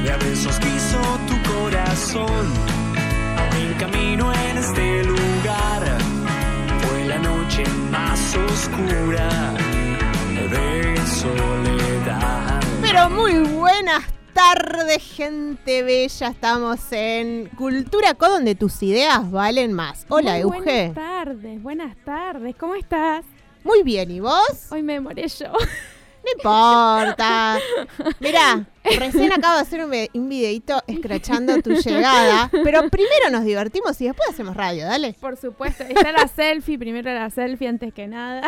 y a besos quiso tu corazón. En camino en este lugar fue la noche más oscura de soledad. Pero muy buenas tardes, gente bella. Estamos en Cultura Co, donde tus ideas valen más. Hola, Euge. Buenas tardes. ¿Cómo estás? Muy bien, ¿y vos? Hoy me demoré yo. No importa. Mirá, recién acabo de hacer un videito escrachando tu llegada, pero primero nos divertimos y después hacemos radio, dale. Por supuesto, está la selfie, primero la selfie antes que nada.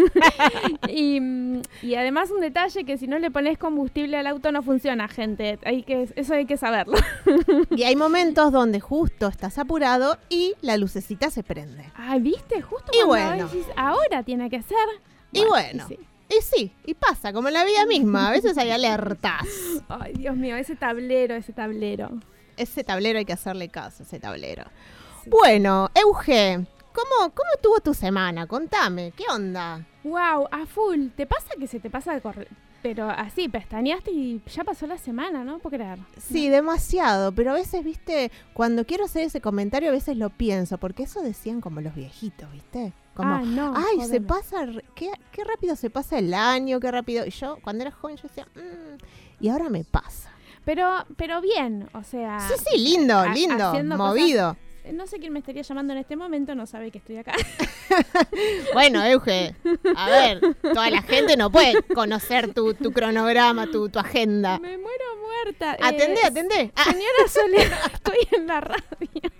y además un detalle que si no le pones combustible al auto no funciona, gente. Eso hay que saberlo. Y hay momentos donde justo estás apurado y la lucecita se prende. Ay, ¿viste? Justo y cuando bueno. decís, ahora tiene que ser. Y bueno. Y sí, y pasa, como en la vida misma, a veces hay alertas. Ay, Dios mío, ese tablero. Ese tablero hay que hacerle caso, ese tablero. Sí. Bueno, Euge, ¿cómo estuvo tu semana? Contame, ¿qué onda? Wow, a full. ¿Te pasa que se te pasa de correr? Pero así, pestañeaste y ya pasó la semana, ¿no? ¿Puedo creer? Sí, demasiado, pero a veces, viste, cuando quiero hacer ese comentario a veces lo pienso, porque eso decían como los viejitos, ¿viste? Como, joder. Se pasa, qué rápido se pasa el año, qué rápido. Y yo, cuando era joven, yo decía, y ahora me pasa. Pero bien, o sea... Sí, lindo, movido. Cosas, no sé quién me estaría llamando en este momento, no sabe que estoy acá. Bueno, Euge, a ver, toda la gente no puede conocer tu cronograma, tu agenda. Me muero muerta. Atendé. Señora Soledad, estoy en la radio.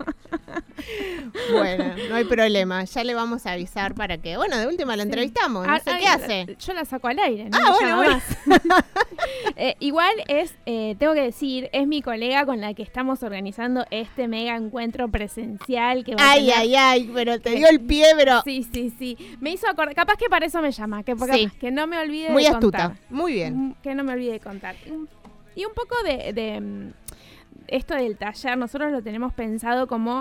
Bueno, no hay problema, ya le vamos a avisar para que, bueno, de última la entrevistamos, no sé qué hace. Yo la saco al aire, ¿no? Bueno. Igual tengo que decir, es mi colega con la que estamos organizando este mega encuentro presencial que va a tener. Ay, pero te dio el pie, pero... Sí. Me hizo acordar, capaz que para eso me llama, que no me olvide muy de astuta. Contar. Muy bien. Que no me olvide de contar. Y un poco de esto del taller, nosotros lo tenemos pensado como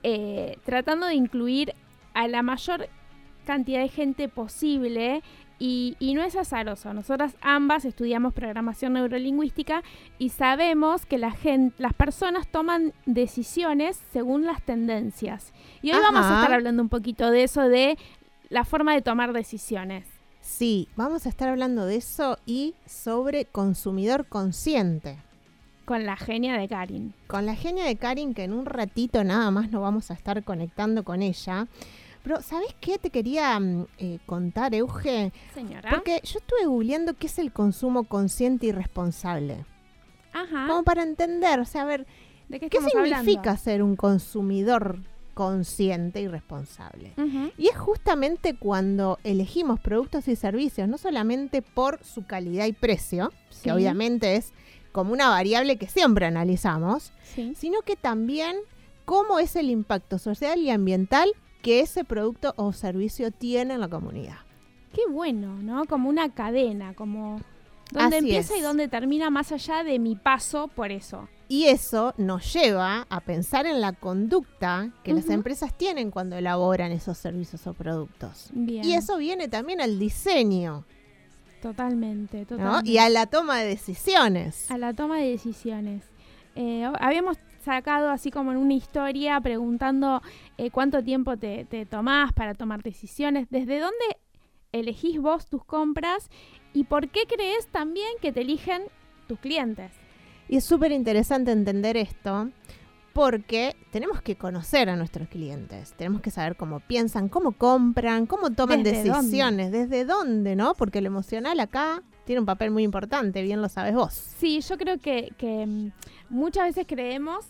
tratando de incluir a la mayor cantidad de gente posible y no es azaroso. Nosotras ambas estudiamos programación neurolingüística y sabemos que las personas toman decisiones según las tendencias. Y hoy vamos a estar hablando un poquito de eso, de la forma de tomar decisiones. Sí, vamos a estar hablando de eso y sobre consumidor consciente. Con la genia de Karin. Con la genia de Karin, que en un ratito nada más nos vamos a estar conectando con ella. Pero, ¿sabés qué te quería contar, Euge? Señora. Porque yo estuve googleando qué es el consumo consciente y responsable. Ajá. Como para entender, o sea, a ver, ¿de qué significa hablando? Ser un consumidor consciente y responsable? Uh-huh. Y es justamente cuando elegimos productos y servicios, no solamente por su calidad y precio, sí, que obviamente es como una variable que siempre analizamos, sí, sino que también cómo es el impacto social y ambiental que ese producto o servicio tiene en la comunidad. Qué bueno, ¿no? Como una cadena, como donde empieza y donde termina, más allá de mi paso por eso. Y eso nos lleva a pensar en la conducta que las empresas tienen cuando elaboran esos servicios o productos. Bien. Y eso viene también al diseño. Totalmente. ¿No? Y a la toma de decisiones. A la toma de decisiones. Habíamos sacado así como en una historia preguntando cuánto tiempo te tomás para tomar decisiones, desde dónde elegís vos tus compras y por qué crees también que te eligen tus clientes. Y es súper interesante entender esto porque tenemos que conocer a nuestros clientes, tenemos que saber cómo piensan, cómo compran, cómo toman decisiones, desde dónde, ¿no? Porque lo emocional acá tiene un papel muy importante, bien lo sabes vos. Sí, yo creo que muchas veces creemos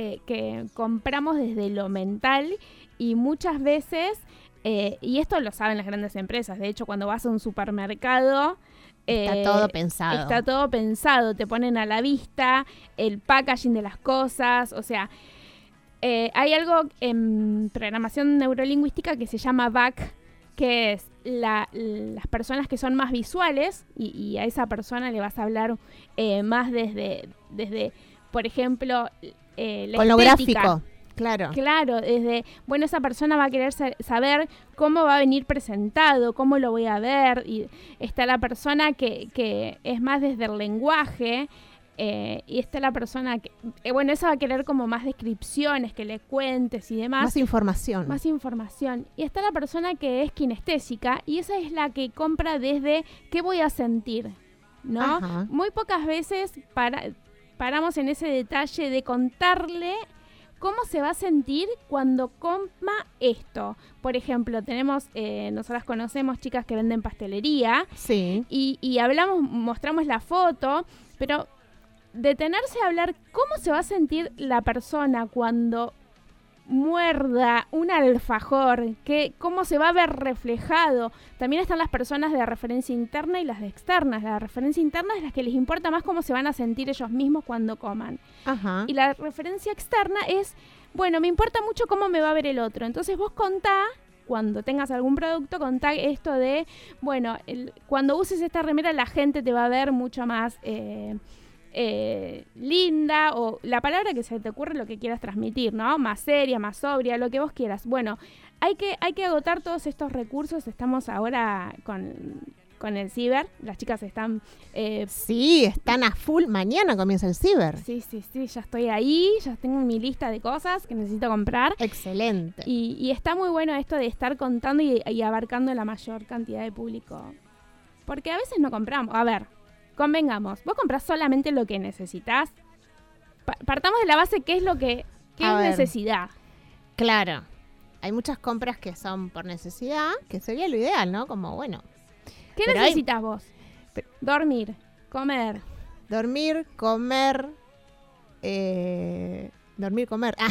que compramos desde lo mental y muchas veces, y esto lo saben las grandes empresas, de hecho cuando vas a un supermercado... Está todo pensado. Está todo pensado, te ponen a la vista el packaging de las cosas, o sea, hay algo en programación neurolingüística que se llama BAC, que es las personas que son más visuales y a esa persona le vas a hablar más desde, por ejemplo, la con lo estética. Gráfico. Claro. Claro, desde, bueno, esa persona va a querer saber cómo va a venir presentado, cómo lo voy a ver, y está la persona que es más desde el lenguaje, y está la persona que, bueno, esa va a querer como más descripciones, que le cuentes y demás. Más información. Más información. Y está la persona que es kinestésica y esa es la que compra desde qué voy a sentir, ¿no? Ajá. Muy pocas veces paramos en ese detalle de contarle cómo se va a sentir cuando coma esto. Por ejemplo, tenemos, nosotras conocemos chicas que venden pastelería. Sí. Y hablamos, mostramos la foto, pero detenerse a hablar cómo se va a sentir la persona cuando muerda un alfajor, cómo se va a ver reflejado. También están las personas de referencia interna y las de externas. La referencia interna es las que les importa más cómo se van a sentir ellos mismos cuando coman. Ajá. Y la referencia externa es, bueno, me importa mucho cómo me va a ver el otro. Entonces vos contá, cuando tengas algún producto, contá esto de, bueno, cuando uses esta remera la gente te va a ver mucho más linda, o la palabra que se te ocurre, lo que quieras transmitir, ¿no? Más seria, más sobria, lo que vos quieras. Bueno, hay que agotar todos estos recursos. Estamos ahora con el ciber. Las chicas están... sí, están a full. Mañana comienza el ciber. Sí, ya estoy ahí. Ya tengo mi lista de cosas que necesito comprar. Excelente. Y está muy bueno esto de estar contando y abarcando la mayor cantidad de público. Porque a veces no compramos. A ver, convengamos. Vos comprás solamente lo que necesitas. Partamos de la base qué es lo que es necesidad. Claro. Hay muchas compras que son por necesidad, que sería lo ideal, ¿no? Como, bueno... ¿Qué necesitas vos? Dormir, comer. Dormir, comer. Dormir, comer. Ah.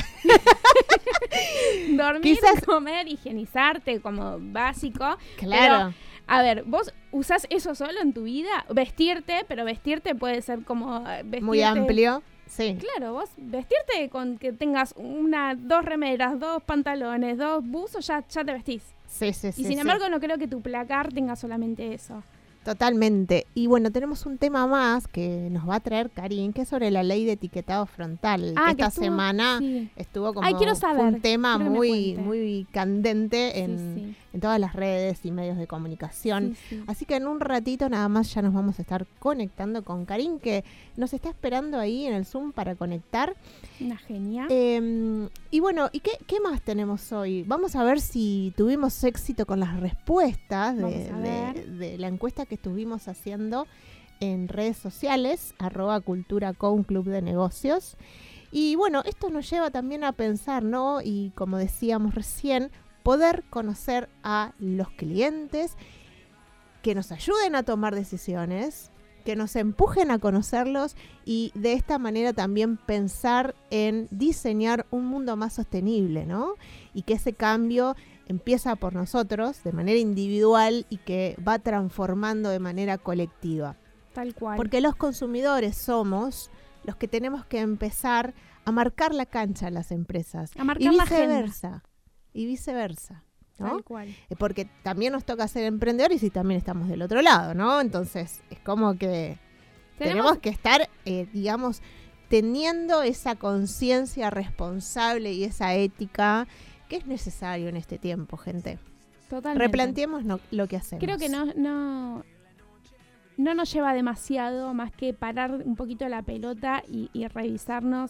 Dormir, Quizás... comer, higienizarte como básico. Claro. Pero, a ver, ¿vos usás eso solo en tu vida? Vestirte, pero vestirte puede ser como... Muy amplio. Sí. Claro, vos vestirte con que tengas 2 remeras, 2 pantalones, 2 buzos, ya te vestís. Sí. Y sin embargo no creo que tu placar tenga solamente eso. Totalmente. Y bueno, tenemos un tema más que nos va a traer Karin, que es sobre la ley de etiquetado frontal. Que esta semana estuvo como un tema muy candente en todas las redes y medios de comunicación. Sí. Así que en un ratito nada más ya nos vamos a estar conectando con Karin, que nos está esperando ahí en el Zoom para conectar. Una genia. Y bueno, ¿y qué más tenemos hoy? Vamos a ver si tuvimos éxito con las respuestas de la encuesta que estuvimos haciendo en redes sociales, @cultura_con Club de Negocios. Y bueno, esto nos lleva también a pensar, ¿no? Y como decíamos recién, poder conocer a los clientes, que nos ayuden a tomar decisiones, que nos empujen a conocerlos y de esta manera también pensar en diseñar un mundo más sostenible, ¿no? Y que ese cambio empieza por nosotros de manera individual y que va transformando de manera colectiva. Tal cual. Porque los consumidores somos los que tenemos que empezar a marcar la cancha a las empresas. A marcar la agenda. Y viceversa. ¿no? Tal cual. Porque también nos toca ser emprendedores y también estamos del otro lado, ¿no? Entonces es como que tenemos que estar, digamos, teniendo esa conciencia responsable y esa ética que es necesario en este tiempo, gente. Totalmente. Replanteemos lo que hacemos. Creo que no nos lleva demasiado más que parar un poquito la pelota y revisarnos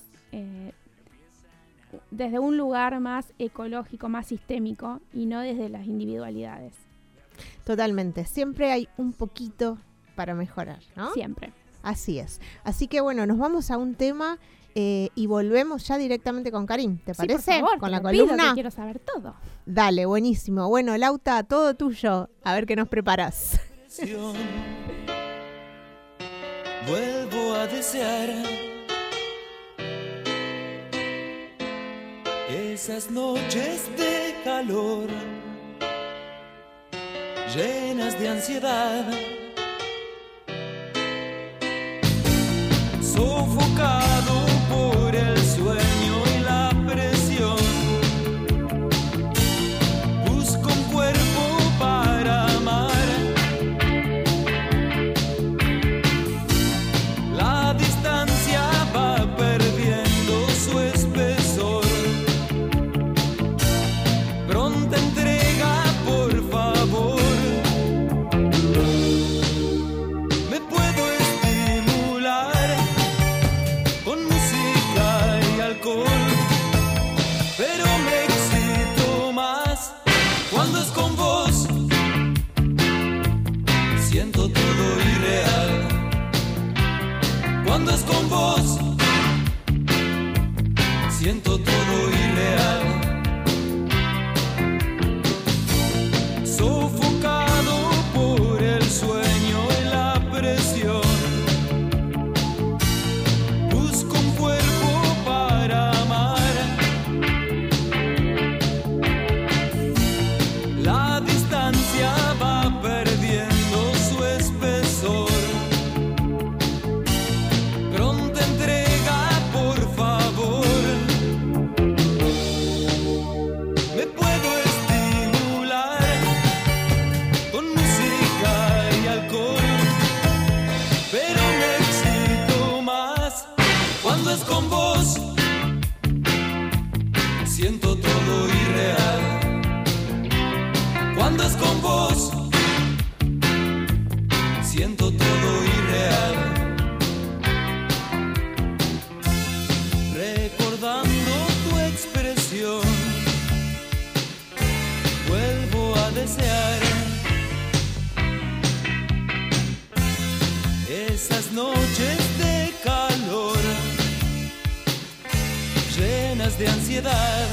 desde un lugar más ecológico, más sistémico y no desde las individualidades. Totalmente. Siempre hay un poquito para mejorar, ¿no? Siempre. Así es. Así que bueno, nos vamos a un tema y volvemos ya directamente con Karin. ¿Te parece? Sí, por favor, con la pido, columna. que quiero saber todo. Dale, buenísimo. Bueno, Lauta, todo tuyo. A ver qué nos preparas. Vuelvo a desear esas noches de calor, llenas de ansiedad, sofocado por el sueño y la presión. Busco un cuerpo para amar. La distancia va perdiendo su espesor. Pronta entrega, por favor. Me puedo estimular Cuando es con vos, siento todo irreal. Sofocado por el sueño y la presión. Busco un cuerpo para amar. La distancia va perdiendo su espesor. Pronta entrega, por favor. Me puedo estimular con música y alcohol, pero me excito más cuando es con vos. Siento todo irreal. Cuando es con vos, siento todo irreal. Recordando tu expresión, vuelvo a desear esas noches de calor, llenas de ansiedad.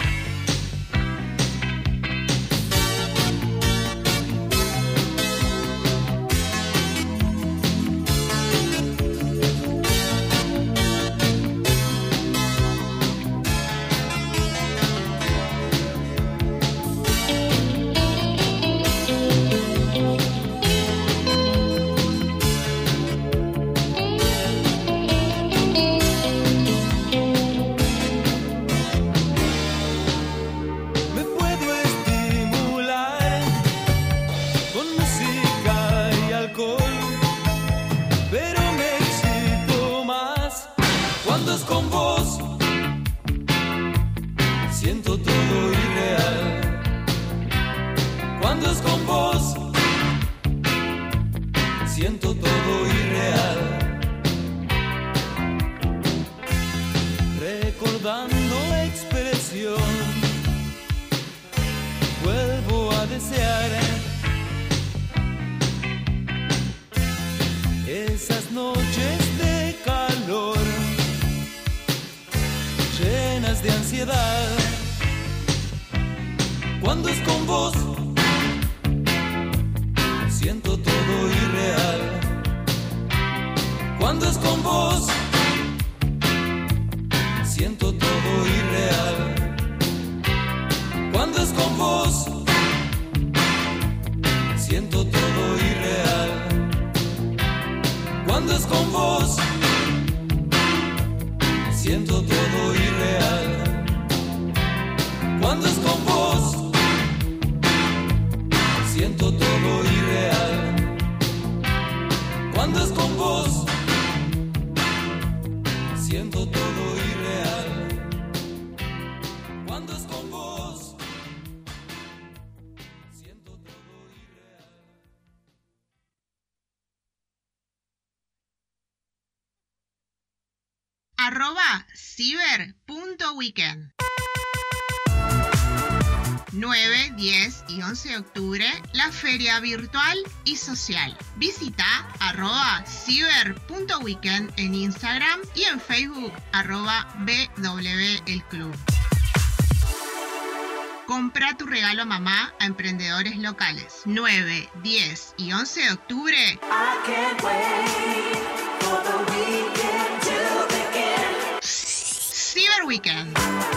Me puedo estimular con música y alcohol, pero me excito más cuando es con vos. Siento todo irreal. Cuando es con vos, siento todo irreal. Recordando la expresión, vuelvo a desear esas noches de calor, llenas de ansiedad. Cuando es con vos, siento todo irreal. Cuando es con vos, siento todo irreal. Cuando es con vos, siento todo irreal. Cuando es con vos, siento todo irreal. Cuando es con vos, siento todo irreal. Cuando es con vos, siento todo irreal. Cuando es con vos, siento todo irreal. @ciber.weekend. 9, 10 y 11 de octubre, la feria virtual y social. Visita @ciber.weekend en Instagram y en Facebook @bwelclub. Compra tu regalo a mamá a emprendedores locales. 9, 10 y 11 de octubre. Ciber Weekend.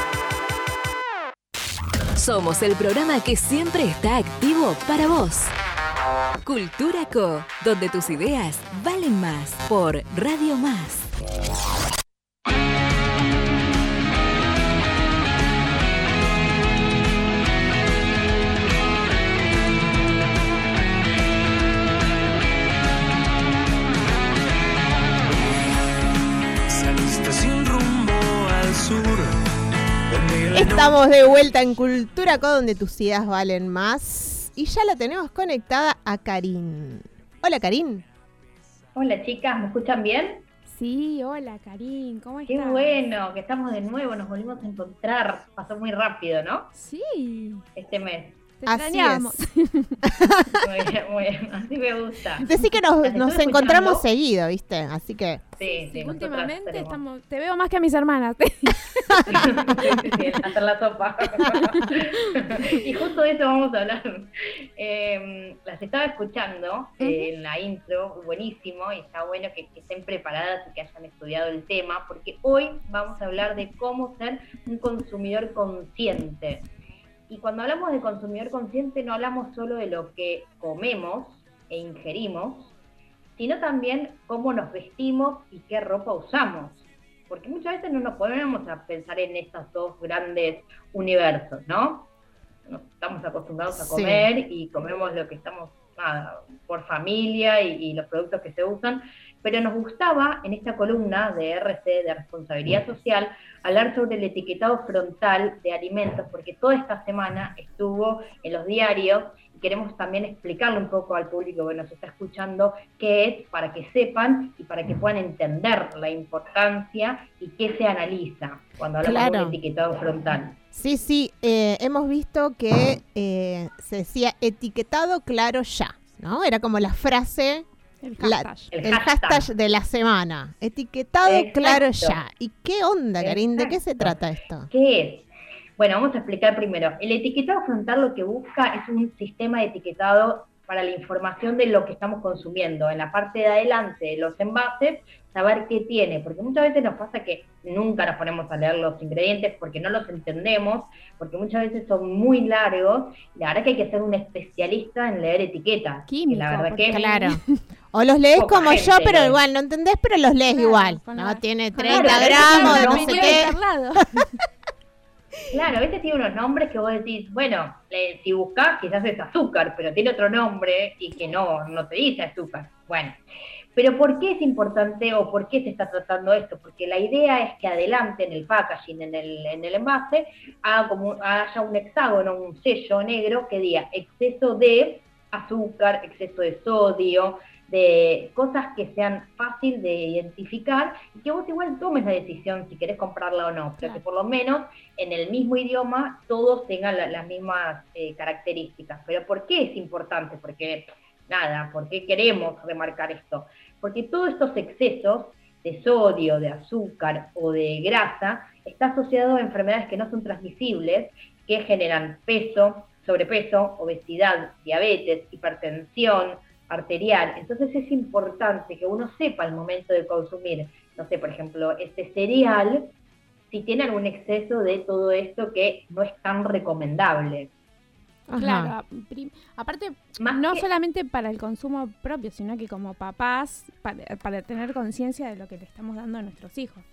Somos el programa que siempre está activo para vos. Cultura Co, donde tus ideas valen más, por Radio Más. Saliste sin rumbo al sur. Estamos de vuelta en Cultura Co, donde tus ideas valen más. Y ya la tenemos conectada a Karin. Hola, Karin. Hola, chicas, ¿me escuchan bien? Sí, hola, Karin, ¿cómo estás? Qué bueno, que estamos de nuevo, nos volvimos a encontrar. Pasó muy rápido, ¿no? Sí. Este mes. Te Así extrañábamos. es. Muy bien, así me gusta. Decí que Las nos estuve encontramos escuchando. seguido, ¿viste? Así que... Sí, Sí, nosotras últimamente tenemos- te veo más que a mis hermanas. Sí, hacer la sopa. Y justo de eso vamos a hablar. Las estaba escuchando en la intro, buenísimo, y está bueno que estén preparadas y que hayan estudiado el tema, porque hoy vamos a hablar de cómo ser un consumidor consciente. Y cuando hablamos de consumidor consciente no hablamos solo de lo que comemos e ingerimos, sino también cómo nos vestimos y qué ropa usamos. Porque muchas veces no nos ponemos a pensar en estos dos grandes universos, ¿no? Estamos acostumbrados a comer y comemos lo que estamos, por familia y los productos que se usan, pero nos gustaba en esta columna de RC, de Responsabilidad Social, hablar sobre el etiquetado frontal de alimentos, porque toda esta semana estuvo en los diarios y queremos también explicarle un poco al público que nos está escuchando qué es, para que sepan y para que puedan entender la importancia y qué se analiza cuando hablamos de un etiquetado frontal. Sí, hemos visto que se decía etiquetado claro ya, ¿no? Era como la frase, El hashtag. el hashtag de la semana. Etiquetado claro ya. ¿Y qué onda, Karin? ¿De qué se trata esto? ¿Qué es? Bueno, vamos a explicar primero. El etiquetado frontal lo que busca es un sistema de etiquetado para la información de lo que estamos consumiendo. En la parte de adelante de los envases, saber qué tiene, porque muchas veces nos pasa que nunca nos ponemos a leer los ingredientes porque no los entendemos, porque muchas veces son muy largos, y la verdad que hay que ser un especialista en leer etiquetas. Químico, la verdad que Claro. O los lees Poca como gente yo, pero lee. igual no entendés, pero los lees Claro, igual. con No, la- tiene con 30 la- gramos de Claro, no sé opinión qué. al lado. Claro, a veces tiene unos nombres que vos decís, bueno, si buscás quizás es azúcar, pero tiene otro nombre y que no te dice azúcar. Bueno, pero ¿por qué es importante o por qué se está tratando esto? Porque la idea es que adelante en el packaging, en el envase, haya un hexágono, un sello negro que diga exceso de azúcar, exceso de sodio, de cosas que sean fácil de identificar y que vos igual tomes la decisión si querés comprarla o no, pero que por lo menos en el mismo idioma todos tengan las mismas características. Pero ¿por qué es importante? Porque, ¿por qué queremos remarcar esto? Porque todos estos excesos de sodio, de azúcar o de grasa está asociado a enfermedades que no son transmisibles, que generan peso, sobrepeso, obesidad, diabetes, hipertensión arterial. Entonces es importante que uno sepa al momento de consumir, no sé, por ejemplo, este cereal, si tiene algún exceso de todo esto que no es tan recomendable. Ajá. Claro, aparte, Más no que- solamente para el consumo propio, sino que como papás, para tener conciencia de lo que le estamos dando a nuestros hijos.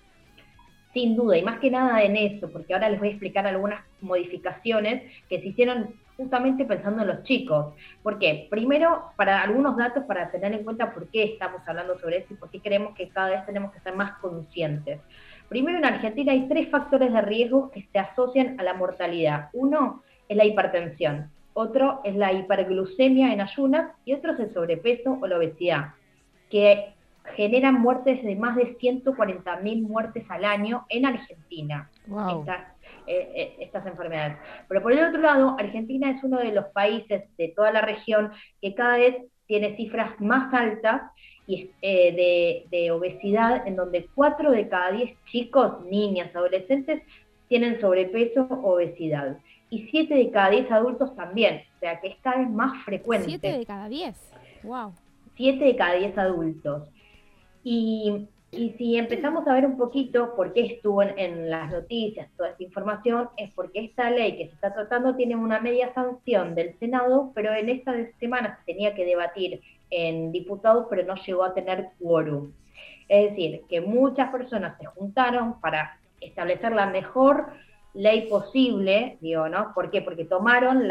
Sin duda, y más que nada en eso, porque ahora les voy a explicar algunas modificaciones que se hicieron justamente pensando en los chicos. ¿Por qué? Primero, para algunos datos para tener en cuenta por qué estamos hablando sobre esto y por qué creemos que cada vez tenemos que ser más conscientes. Primero, en Argentina hay 3 factores de riesgo que se asocian a la mortalidad. Uno es la hipertensión, otro es la hiperglucemia en ayunas y otro es el sobrepeso o la obesidad, que generan muertes de más de 140.000 muertes al año en Argentina. Wow. Estas enfermedades. Pero por el otro lado, Argentina es uno de los países de toda la región que cada vez tiene cifras más altas y de obesidad, en donde 4 de cada 10 chicos, niñas, adolescentes, tienen sobrepeso o obesidad. Y 7 de cada 10 adultos también. O sea que es cada vez más frecuente. 7 de cada 10. Wow. 7 de cada 10 adultos. Y si empezamos a ver un poquito por qué estuvo en las noticias toda esta información, es porque esta ley que se está tratando tiene una media sanción del Senado, pero en esta semana se tenía que debatir en diputados, pero no llegó a tener quórum. Es decir, que muchas personas se juntaron para establecer la mejor ley posible, ¿no? ¿Por qué? Porque tomaron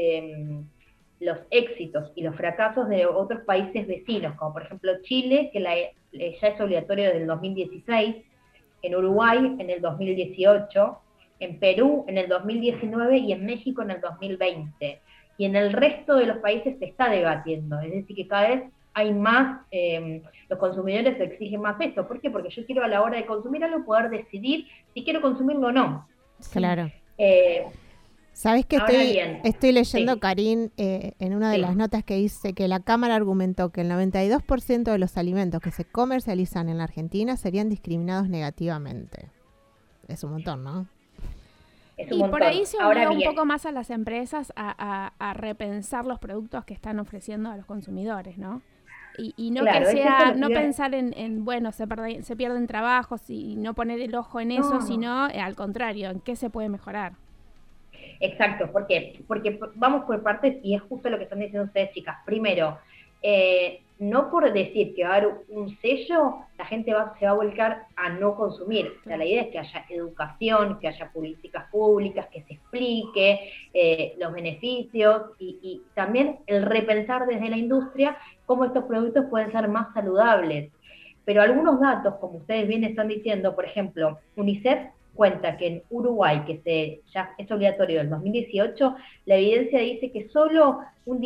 los éxitos y los fracasos de otros países vecinos, como por ejemplo Chile, que ya es obligatorio desde el 2016, en Uruguay en el 2018, en Perú en el 2019 y en México en el 2020. Y en el resto de los países se está debatiendo, es decir, que cada vez hay más, los consumidores exigen más esto. ¿Por qué? Porque yo quiero a la hora de consumir algo poder decidir si quiero consumirlo o no. Claro. ¿Sabés que Ahora bien, estoy leyendo, sí. Karin, en una de Sí. las notas que dice que la Cámara argumentó que el 92% de los alimentos que se comercializan en la Argentina serían discriminados negativamente? Es un montón, ¿no? Es un Y montón. por ahí se Ahora obliga un bien, poco más a las empresas a repensar los productos que están ofreciendo a los consumidores, ¿no? Y no claro, que es eso sea, lo que no iba a- pensar en bueno, se pierden trabajos y no poner el ojo en eso, No, no. sino al contrario, en qué se puede mejorar. Exacto, ¿por qué? Porque vamos por partes y es justo lo que están diciendo ustedes, chicas. Primero, no por decir que va a haber un sello, la gente se va a volcar a no consumir. O sea, la idea es que haya educación, que haya políticas públicas, que se explique los beneficios y también el repensar desde la industria cómo estos productos pueden ser más saludables. Pero algunos datos, como ustedes bien están diciendo, por ejemplo, UNICEF cuenta que en Uruguay, que ya es obligatorio del 2018, la evidencia dice que solo un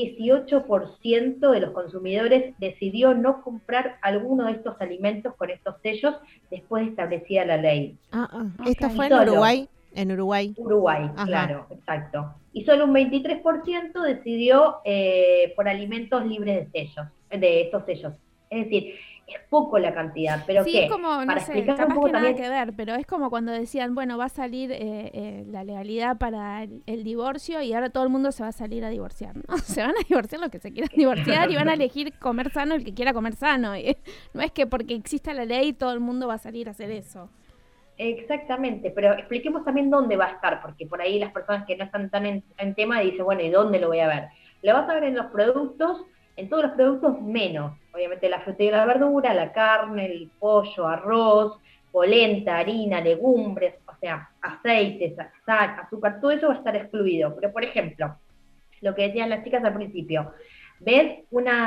18% de los consumidores decidió no comprar alguno de estos alimentos con estos sellos después de establecida la ley. Esto Ok. fue en Solo. Uruguay. En Uruguay. Uruguay, Ajá. claro, exacto. Y solo un 23% decidió por alimentos libres de sellos, de estos sellos. Es decir, es poco la cantidad, pero Sí, ¿qué? es como, no Para sé, explicar un capaz poco que nada también, que ver, pero es como cuando decían, bueno, va a salir la legalidad para el divorcio y ahora todo el mundo se va a salir a divorciar, ¿no? Se van a divorciar los que se quieran divorciar y van a elegir comer sano el que quiera comer sano. Y no es que porque exista la ley todo el mundo va a salir a hacer eso. exactamente, pero expliquemos también dónde va a estar, porque por ahí las personas que no están tan en tema dicen, bueno, ¿y dónde lo voy a ver? Lo vas a ver en los productos, en todos los productos menos, obviamente la fruta y la verdura, la carne, el pollo, arroz, polenta, harina, legumbres, o sea, aceites, sal, azúcar, todo eso va a estar excluido. Pero, por ejemplo, lo que decían las chicas al principio, ves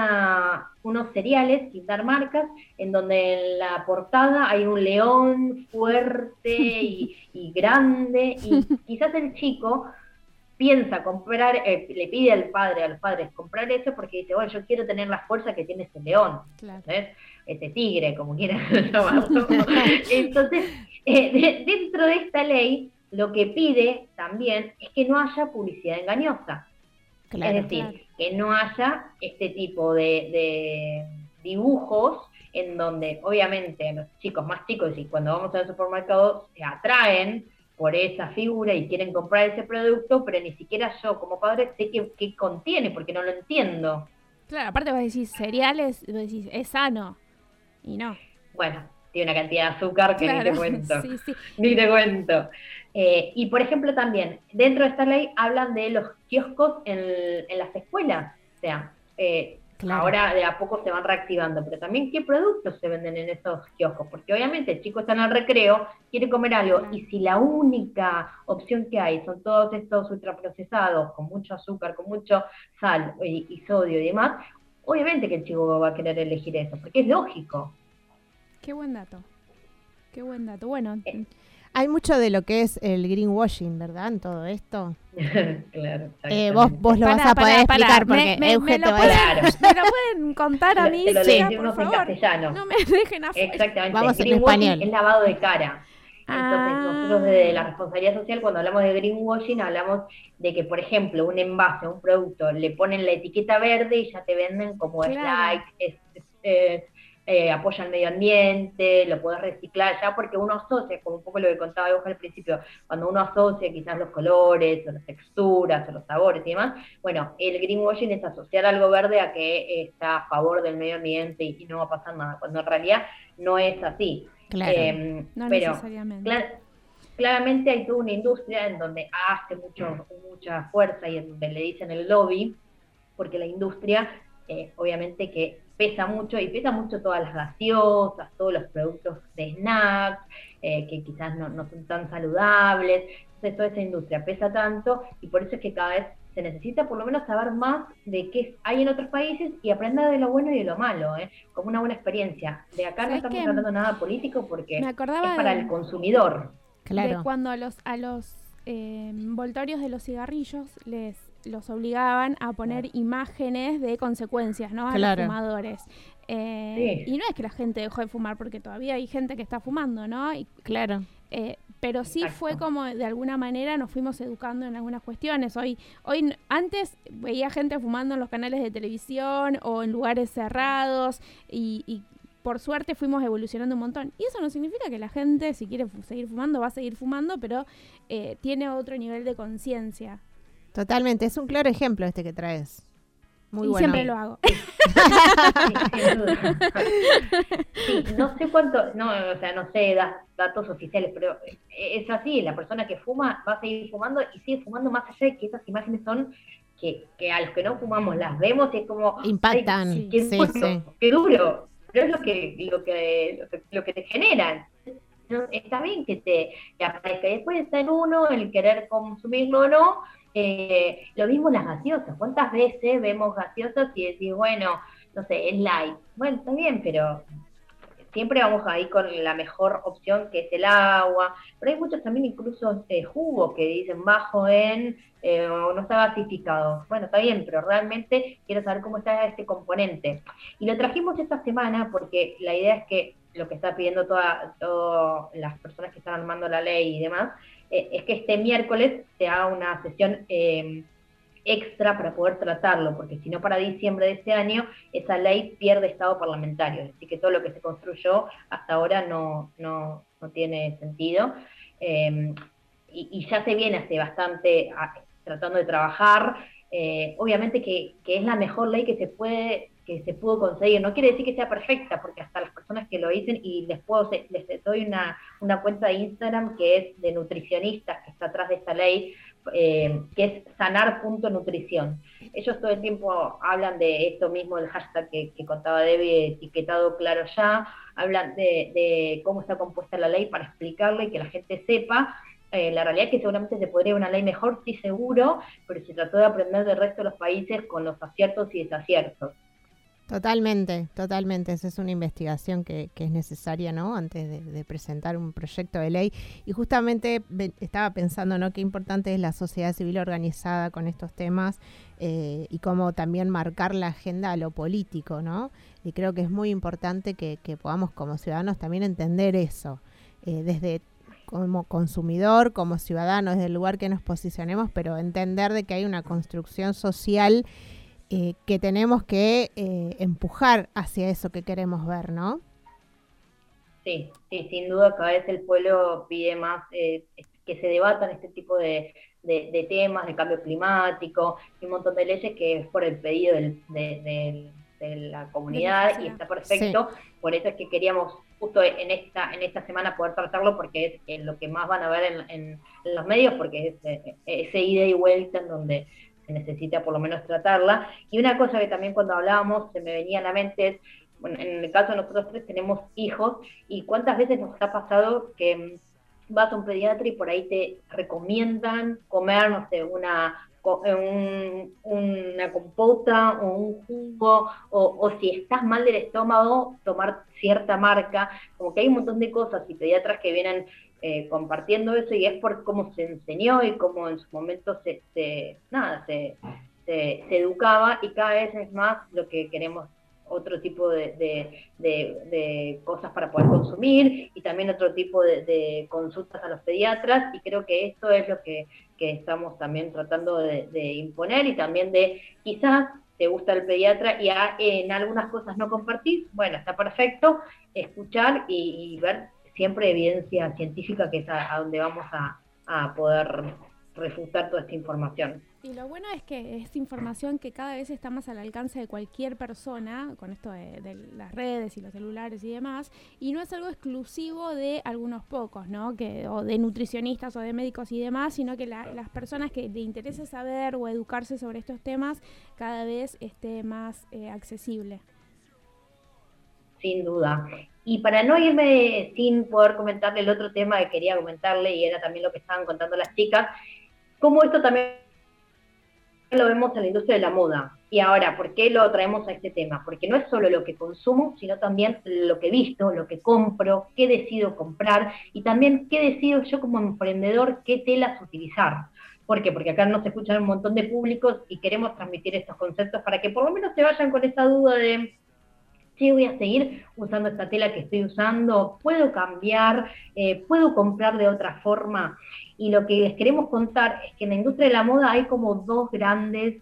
unos cereales, sin dar marcas, en donde en la portada hay un león fuerte y grande, y quizás el chico piensa comprar, le pide a los padres comprar eso porque dice, bueno, yo quiero tener la fuerza que tiene ese león, Claro. ¿ves? Ese tigre, como quieran llamarlo. Entonces, dentro de esta ley, lo que pide también es que no haya publicidad engañosa. Claro. Es decir, Claro. que no haya este tipo de dibujos en donde obviamente los chicos más chicos y cuando vamos al supermercado se atraen por esa figura y quieren comprar ese producto, pero ni siquiera yo como padre sé qué contiene porque no lo entiendo. Claro, aparte vos decís cereales, vos decís es sano y no. Bueno, tiene una cantidad de azúcar que ni Claro, te cuento. sí, sí. Ni te cuento. Y por ejemplo también, dentro de esta ley hablan de los kioscos en las escuelas. O sea, Claro. ahora de a poco se van reactivando, pero también qué productos se venden en esos kioscos, porque obviamente el chico está en el recreo, quiere comer algo, Claro. y si la única opción que hay son todos estos ultraprocesados, con mucho azúcar, con mucho sal y sodio y demás, obviamente que el chico va a querer elegir eso, porque es lógico. Qué buen dato. Qué buen dato. Bueno, Hay mucho de lo que es el greenwashing, ¿verdad? En todo esto. Claro. Vos lo vas a poder explicar porque Euge te va a decir. Claro. ¿Me lo pueden contar a mí? Te lo Sí, decimos por en favor. castellano. No me dejen afuera. Exactamente. Vamos en Greenwashing español. es lavado de cara. Entonces, Ah. nosotros desde la responsabilidad social, cuando hablamos de greenwashing, hablamos de que, por ejemplo, un envase, un producto, le ponen la etiqueta verde y ya te venden como es Claro. like, apoya el medio ambiente, lo podés reciclar ya, porque uno asocia, como un poco lo que contaba Euge al principio, cuando uno asocia quizás los colores, o las texturas, o los sabores y demás, bueno, el greenwashing es asociar algo verde a que está a favor del medio ambiente y no va a pasar nada, cuando en realidad no es así. Claro. No Pero necesariamente. claramente hay toda una industria en donde hace mucha fuerza y en donde le dicen el lobby, porque la industria obviamente que pesa mucho todas las gaseosas, todos los productos de snacks, que quizás no son tan saludables. Entonces toda esa industria pesa tanto y por eso es que cada vez se necesita por lo menos saber más de qué hay en otros países y aprender de lo bueno y de lo malo, como una buena experiencia. De acá no ¿Sabes estamos qué? hablando nada político porque Me acordaba es para de- el consumidor. Claro. De cuando a los envoltorios de los cigarrillos les los obligaban a poner imágenes de consecuencias, ¿no? A los fumadores. Y no es que la gente dejó de fumar, porque todavía hay gente que está fumando, ¿no? Y, claro. Pero sí fue como de alguna manera nos fuimos educando en algunas cuestiones. Antes veía gente fumando en los canales de televisión o en lugares cerrados y por suerte fuimos evolucionando un montón. Y eso no significa que la gente, si quiere seguir fumando, va a seguir fumando, pero tiene otro nivel de conciencia. Totalmente, es un claro ejemplo este que traes. Muy bueno. Siempre lo hago. Sí, sin duda. Sí, no sé cuánto, no sé datos oficiales, pero es así, la persona que fuma va a seguir fumando y sigue fumando más allá de que esas imágenes son que a los que no fumamos las vemos y es como... impactan, ay, sí. Qué duro, pero es lo que te generan. Está bien que aparezca, y después está en uno el querer consumirlo o no. Lo mismo las gaseosas. ¿Cuántas veces vemos gaseosas y decís, bueno, no sé, es light? Bueno, está bien, pero siempre vamos ahí con la mejor opción, que es el agua. Pero hay muchos también incluso jugos que dicen bajo en o no está gasificado. Bueno, está bien, pero realmente quiero saber cómo está este componente. Y lo trajimos esta semana porque la idea es que lo que está pidiendo todas las personas que están armando la ley y demás, es que este miércoles se haga una sesión extra para poder tratarlo, porque si no para diciembre de este año esa ley pierde estado parlamentario, así que todo lo que se construyó hasta ahora no tiene sentido, y ya se viene hace bastante tratando de trabajar, obviamente que es la mejor ley que se pudo conseguir. No quiere decir que sea perfecta, porque hasta las personas que lo dicen, y les doy una cuenta de Instagram que es de nutricionistas que está atrás de esta ley, que es sanar.nutrición. Ellos todo el tiempo hablan de esto mismo, el hashtag que contaba Debbie, etiquetado claro ya, hablan de cómo está compuesta la ley para explicarle y que la gente sepa. La realidad es que seguramente se podría una ley mejor, sí, seguro, pero se trató de aprender del resto de los países con los aciertos y desaciertos. Totalmente. Esa es una investigación que es necesaria, ¿no? Antes de presentar un proyecto de ley. Y justamente estaba pensando, ¿no? Qué importante es la sociedad civil organizada con estos temas y cómo también marcar la agenda a lo político, ¿no? Y creo que es muy importante que podamos como ciudadanos también entender eso, desde como consumidor, como ciudadano, desde el lugar que nos posicionemos, pero entender de que hay una construcción social que tenemos que empujar hacia eso que queremos ver, ¿no? Sí, sin duda cada vez el pueblo pide más que se debatan este tipo de temas, de cambio climático, y un montón de leyes que es por el pedido de la comunidad, y está perfecto. Sí. Por eso es que queríamos justo en esta semana poder tratarlo, porque es lo que más van a ver en los medios, porque es ese ida y vuelta en donde se necesita por lo menos tratarla. Y una cosa que también cuando hablábamos se me venía a la mente es, bueno, en el caso de nosotros tres tenemos hijos, y cuántas veces nos ha pasado que vas a un pediatra y por ahí te recomiendan comer, no sé, una compota o un jugo, o si estás mal del estómago, tomar cierta marca, como que hay un montón de cosas y pediatras que vienen compartiendo eso, y es por cómo se enseñó y cómo en su momento se educaba, y cada vez es más lo que queremos, otro tipo de cosas para poder consumir, y también otro tipo de consultas a los pediatras, y creo que esto es lo que estamos también tratando de imponer, y también de quizás te gusta el pediatra y en algunas cosas no compartís, bueno, está perfecto, escuchar y ver siempre evidencia científica, que es a donde vamos a poder refutar toda esta información. Y lo bueno es que es información que cada vez está más al alcance de cualquier persona, con esto de las redes y los celulares y demás, y no es algo exclusivo de algunos pocos, ¿no? O de nutricionistas o de médicos y demás, sino que las personas que le interese saber o educarse sobre estos temas cada vez esté más accesible. Sin duda. Y para no irme sin poder comentarle el otro tema que quería comentarle, y era también lo que estaban contando las chicas, cómo esto también lo vemos en la industria de la moda. Y ahora, ¿por qué lo traemos a este tema? Porque no es solo lo que consumo, sino también lo que visto, lo que compro, qué decido comprar, y también qué decido yo como emprendedor, qué telas utilizar. ¿Por qué? Porque acá nos escuchan un montón de públicos y queremos transmitir estos conceptos para que por lo menos se vayan con esa duda de, sí, voy a seguir usando esta tela que estoy usando, puedo cambiar, puedo comprar de otra forma. Y lo que les queremos contar es que en la industria de la moda hay como dos grandes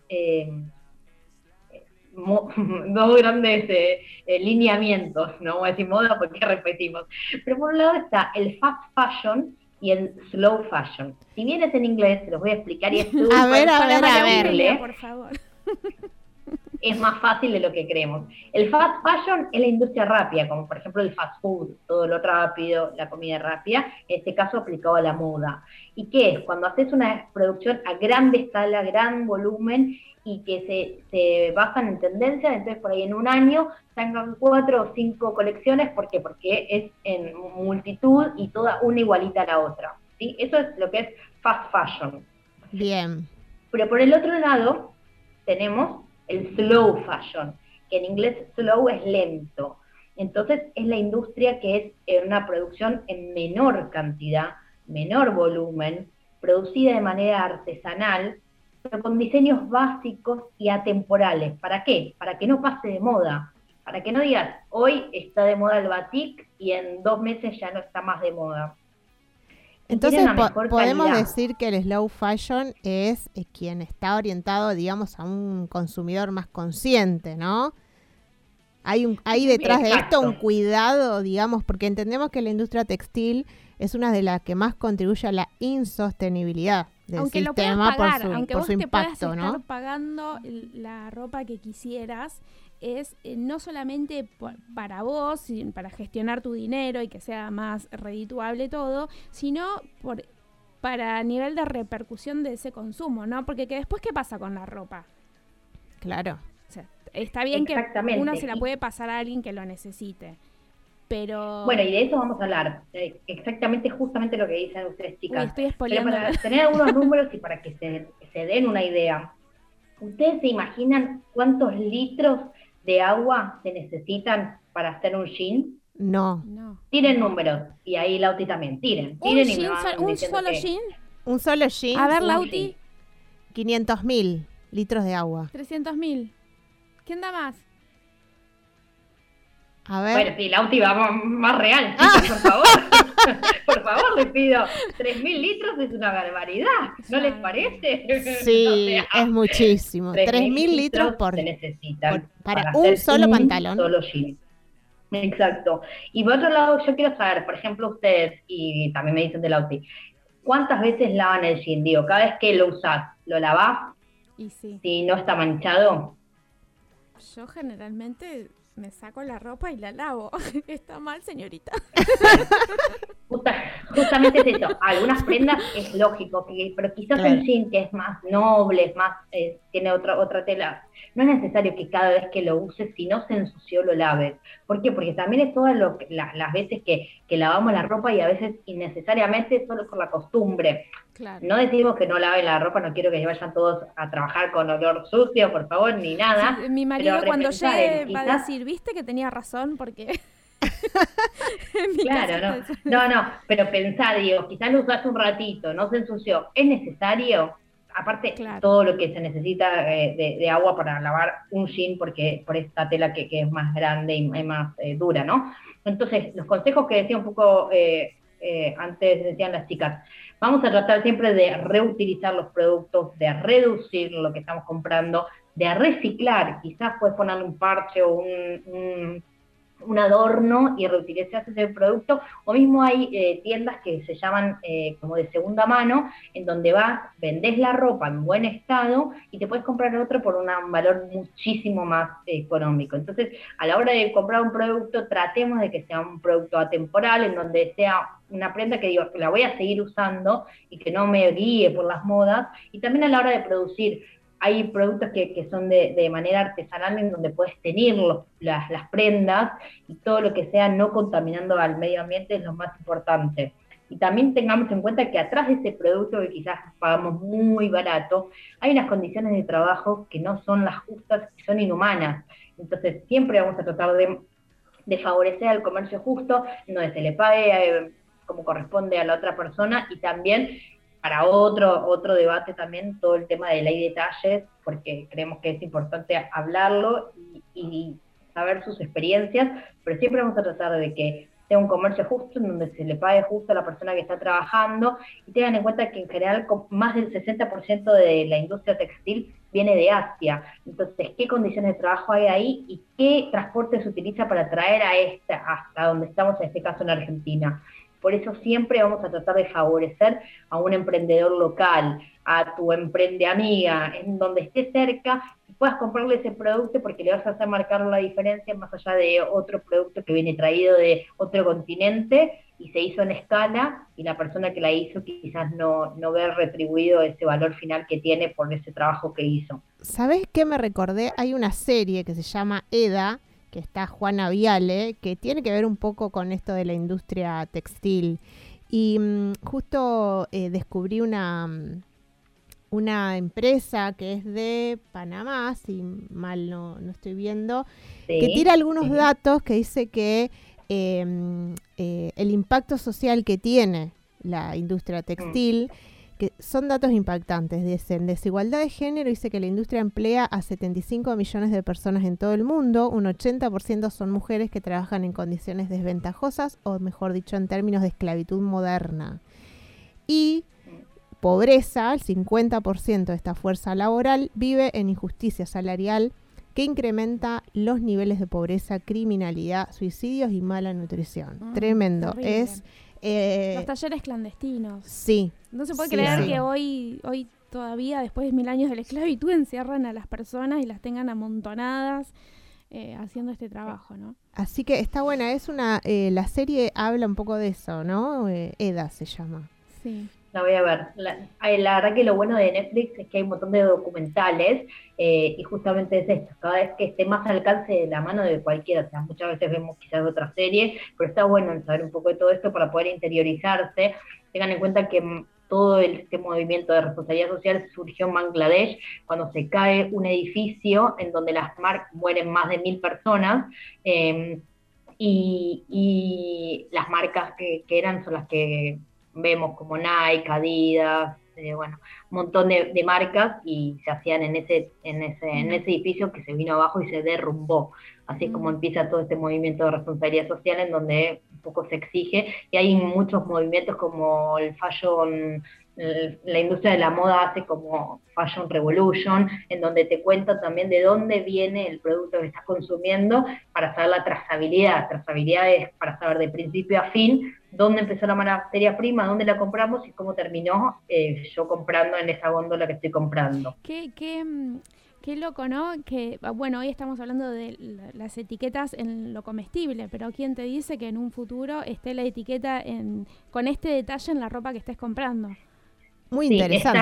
lineamientos, no voy a decir moda porque repetimos, pero por un lado está el fast fashion y el slow fashion. Si bien es en inglés, se los voy a explicar y es A ver. Por favor. Es más fácil de lo que creemos. El fast fashion es la industria rápida, como por ejemplo el fast food, todo lo rápido, la comida rápida, en este caso aplicado a la moda. ¿Y qué es? Cuando haces una producción a gran escala, gran volumen, y que se basan en tendencias, entonces por ahí en un año salgan 4 o 5 colecciones, ¿por qué? Porque es en multitud y toda una igualita a la otra, ¿sí? Eso es lo que es fast fashion. Bien. Pero por el otro lado tenemos el slow fashion, que en inglés slow es lento. Entonces es la industria que es una producción en menor cantidad, menor volumen, producida de manera artesanal, pero con diseños básicos y atemporales. ¿Para qué? Para que no pase de moda. Para que no digas, hoy está de moda el batik y en 2 meses ya no está más de moda. Entonces podemos decir que el slow fashion es quien está orientado, digamos, a un consumidor más consciente, ¿no? Hay detrás de esto un cuidado, digamos, porque entendemos que la industria textil es una de las que más contribuye a la insostenibilidad del aunque sistema lo pagar, por aunque su vos te impacto, puedas ¿no? estar pagando la ropa que quisieras, es no solamente para vos, para gestionar tu dinero y que sea más redituable todo, sino para nivel de repercusión de ese consumo, ¿no? Porque que después, ¿qué pasa con la ropa? Claro. O sea, está bien que uno se la puede pasar a alguien que lo necesite, pero... Bueno, y de eso vamos a hablar. Exactamente, justamente lo que dicen ustedes, chicas. Uy, estoy spoileando. Pero para tener algunos números y para que se den una idea, ¿ustedes se imaginan cuántos litros de agua se necesitan para hacer un jean? No. Tiren números. Y ahí Lauti también. Tiren ¿Un solo jean? Un solo jean. A ver, Lauti. 500.000 litros de agua. 300.000. ¿Quién da más? A ver. Bueno, sí, Lauti va más real, chicas, por favor. Por favor, les pido. 3.000 litros es una barbaridad. ¿No les parece? Sí, O sea, es muchísimo. 3.000 litros se necesitan para un solo pantalón. Solo jean. Exacto. Y por otro lado, yo quiero saber, por ejemplo, ustedes, y también me dicen de Lauti, ¿cuántas veces lavan el jean? Digo, cada vez que lo usás, ¿lo lavás? Y sí. Si no está manchado. Yo generalmente me saco la ropa y la lavo. ¿Está mal, señorita? Justamente es eso. Algunas prendas es lógico, pero quizás el jean, que es más noble, es más, tiene otra tela, no es necesario que cada vez que lo uses, si no se ensució, lo laves. ¿Por qué? Porque también es todas las veces que lavamos la ropa y a veces innecesariamente solo por la costumbre. Claro. No decimos que no laven la ropa, no quiero que vayan todos a trabajar con olor sucio, por favor, ni nada. Sí, mi marido cuando llegue va a decir, ¿viste que tenía razón? Porque... Claro, no, pero pensá, digo, quizás lo usaste un ratito, no se ensució, ¿es necesario? Aparte, todo lo que se necesita de agua para lavar un jean, porque por esta tela que es más grande y más dura, ¿no? Entonces, los consejos que decía un poco antes decían las chicas, vamos a tratar siempre de reutilizar los productos, de reducir lo que estamos comprando, de reciclar, quizás puedes ponerle un parche o un adorno y reutilizar ese producto, o mismo hay tiendas que se llaman como de segunda mano, en donde vas, vendés la ropa en buen estado y te puedes comprar otro por un valor muchísimo más económico. Entonces, a la hora de comprar un producto, tratemos de que sea un producto atemporal, en donde sea una prenda que digo, la voy a seguir usando y que no me guíe por las modas, y también a la hora de producir, hay productos que son de manera artesanal, en donde puedes tener las prendas y todo lo que sea no contaminando al medio ambiente es lo más importante. Y también tengamos en cuenta que atrás de ese producto que quizás pagamos muy barato, hay unas condiciones de trabajo que no son las justas y son inhumanas. Entonces siempre vamos a tratar de favorecer al comercio justo, en donde se le pague como corresponde a la otra persona, y también para otro debate también, todo el tema de ley de talles, porque creemos que es importante hablarlo y saber sus experiencias, pero siempre vamos a tratar de que sea un comercio justo, en donde se le pague justo a la persona que está trabajando, y tengan en cuenta que en general más del 60% de la industria textil viene de Asia. Entonces, ¿qué condiciones de trabajo hay ahí y qué transporte se utiliza para traer hasta donde estamos, en este caso en Argentina? Por eso siempre vamos a tratar de favorecer a un emprendedor local, a tu amiga, en donde esté cerca, y puedas comprarle ese producto porque le vas a hacer marcar la diferencia más allá de otro producto que viene traído de otro continente y se hizo en escala, y la persona que la hizo quizás no ve retribuido ese valor final que tiene por ese trabajo que hizo. ¿Sabés qué me recordé? Hay una serie que se llama Eda, que está Juana Viale, que tiene que ver un poco con esto de la industria textil. Y justo descubrí una empresa que es de Panamá, si mal no estoy viendo, Sí, que tira algunos sí. datos que dice que el impacto social que tiene la industria textil, que son datos impactantes. Dicen, desigualdad de género, dice que la industria emplea a 75 millones de personas en todo el mundo, un 80% son mujeres que trabajan en condiciones desventajosas, o mejor dicho, en términos de esclavitud moderna. Y pobreza, el 50% de esta fuerza laboral vive en injusticia salarial, que incrementa los niveles de pobreza, criminalidad, suicidios y mala nutrición. Tremendo. Terrible. Es Los talleres clandestinos. sí. No se puede Sí, creer sí. que hoy todavía, después de 1000 años de la esclavitud, encierran a las personas y las tengan amontonadas haciendo este trabajo, ¿no? Así que está buena. Es la serie habla un poco de eso, ¿no? Eda se llama. Sí. La voy a ver. La verdad que lo bueno de Netflix es que hay un montón de documentales y justamente es esto, cada vez que esté más al alcance de la mano de cualquiera. O sea, muchas veces vemos quizás otra serie, pero está bueno en saber un poco de todo esto para poder interiorizarse. Tengan en cuenta que todo este movimiento de responsabilidad social surgió en Bangladesh cuando se cae un edificio en donde mueren más de 1000 personas. Y las marcas que eran son las que vemos como Nike, Adidas, bueno, un montón de marcas, y se hacían en ese edificio que se vino abajo y se derrumbó. Así es como empieza todo este movimiento de responsabilidad social, en donde un poco se exige, y hay muchos movimientos como el fashion, la industria de la moda hace como Fashion Revolution, en donde te cuenta también de dónde viene el producto que estás consumiendo, para saber la trazabilidad. Trazabilidad es para saber de principio a fin dónde empezó la materia prima, dónde la compramos y cómo terminó yo comprando en esa góndola que estoy comprando. Qué loco, ¿no? Que, bueno, hoy estamos hablando de las etiquetas en lo comestible, pero ¿quién te dice que en un futuro esté la etiqueta con este detalle en la ropa que estés comprando? Muy Sí, interesante.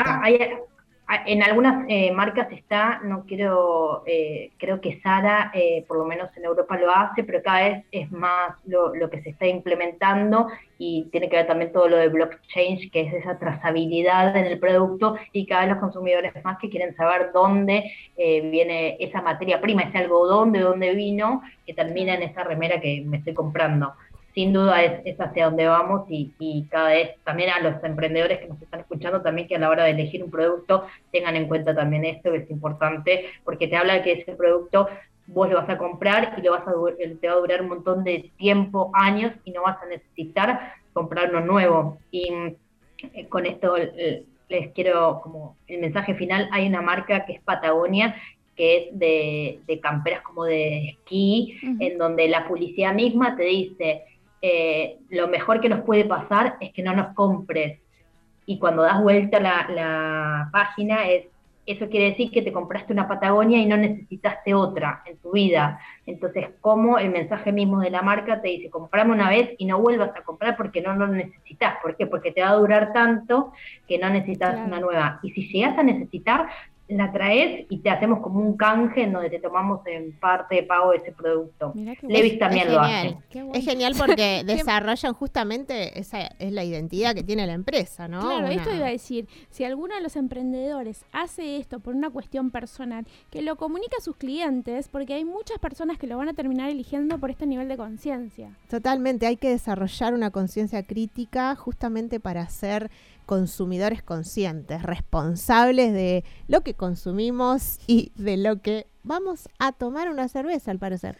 en algunas marcas está, creo que Zara, por lo menos en Europa lo hace, pero cada vez es más lo que se está implementando, y tiene que ver también todo lo de blockchain, que es esa trazabilidad en el producto, y cada vez los consumidores más que quieren saber dónde viene esa materia prima, ese algodón, de dónde vino, que termina en esa remera que me estoy comprando. Sin duda es hacia donde vamos, y cada vez también a los emprendedores que nos están escuchando también, que a la hora de elegir un producto tengan en cuenta también esto, que es importante, porque te habla de que ese producto vos lo vas a comprar y te va a durar un montón de tiempo, años, y no vas a necesitar comprar uno nuevo. Y con esto les quiero, como el mensaje final, hay una marca que es Patagonia, que es de camperas como de esquí, en donde la publicidad misma te dice, lo mejor que nos puede pasar es que no nos compres. Y cuando das vuelta la página, eso quiere decir que te compraste una Patagonia y no necesitaste otra en tu vida. Entonces, como el mensaje mismo de la marca te dice, comprame una vez y no vuelvas a comprar porque no lo necesitas. ¿Por qué? Porque te va a durar tanto que no necesitas una nueva. Y si llegas a necesitar, la traes y te hacemos como un canje en donde te tomamos en parte de pago de ese producto. Mirá qué Levi's también lo genial. hace. Qué bueno. Es genial porque desarrollan justamente, esa es la identidad que tiene la empresa, ¿no? Claro, Una- esto iba a decir, si alguno de los emprendedores hace esto por una cuestión personal, que lo comunique a sus clientes, porque hay muchas personas que lo van a terminar eligiendo por este nivel de conciencia. Totalmente, hay que desarrollar una conciencia crítica justamente para ser consumidores conscientes, responsables de lo que consumimos y de lo que vamos a tomar una cerveza, al parecer.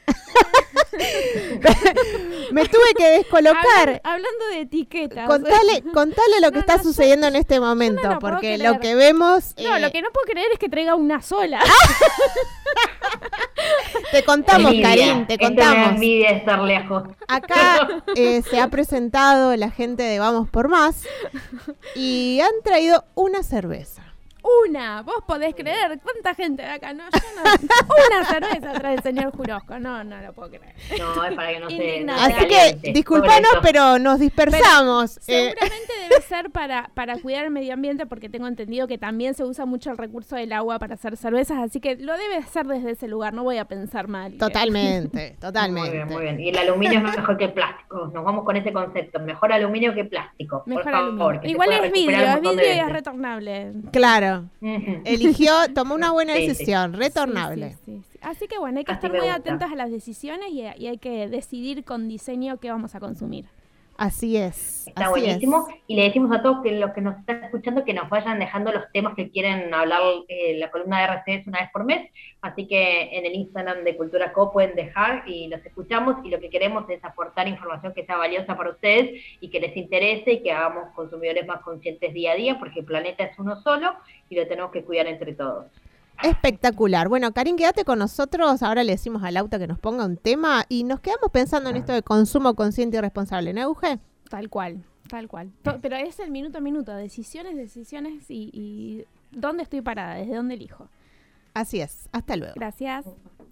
Me tuve que descolocar. Hablando de etiquetas. Contale lo que No, está no, sucediendo en este momento, no lo puedo porque creer. lo que vemos... No, lo que no puedo creer es que traiga una sola. Te contamos, Envidia. Karin, te Esto me da contamos. envidia estar lejos. Acá se ha presentado la gente de Vamos por Más y han traído una cerveza. Una, vos podés creer. ¿Cuánta gente de acá? No, yo no. Una cerveza trae el señor Jurosco. No lo puedo creer. No, es para que no se... Indignada. Así caliente. que disculpanos, Sobre eso. pero nos dispersamos. Seguramente debe ser para cuidar el medio ambiente, porque tengo entendido que también se usa mucho el recurso del agua para hacer cervezas, así que lo debe hacer desde ese lugar, no voy a pensar mal. Totalmente, totalmente. Muy bien. Y el aluminio es mejor que el plástico. Nos vamos con ese concepto. Mejor aluminio que plástico. Mejor por favor, aluminio. que se Igual pueda es vidrio, recuperar un es montón de vidrio y es veces. retornable. Claro, Ujú. tomó una buena Sí, sí. decisión, retornable. Sí. Así que bueno, hay que Así estar me muy gusta. atentos a las decisiones y hay que decidir con diseño qué vamos a consumir. Así es. Está así buenísimo. es. Y le decimos a todos que los que nos están escuchando que nos vayan dejando los temas que quieren hablar la columna de RCS una vez por mes. Así que en el Instagram de Cultura Co pueden dejar y los escuchamos. Y lo que queremos es aportar información que sea valiosa para ustedes y que les interese y que hagamos consumidores más conscientes día a día, porque el planeta es uno solo y lo tenemos que cuidar entre todos. Espectacular. Bueno, Karin, quédate con nosotros. Ahora le decimos al Lauta que nos ponga un tema y nos quedamos pensando en esto de consumo consciente y responsable, ¿no, Euge? Tal cual. Pero es el minuto a minuto, decisiones y dónde estoy parada, desde dónde elijo. Así es. Hasta luego. Gracias.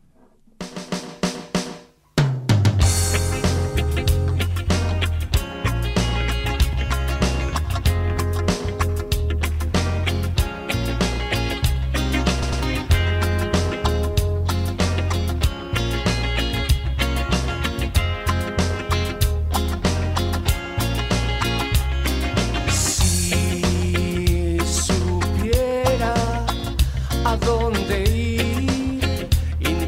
Si supiera a dónde ir y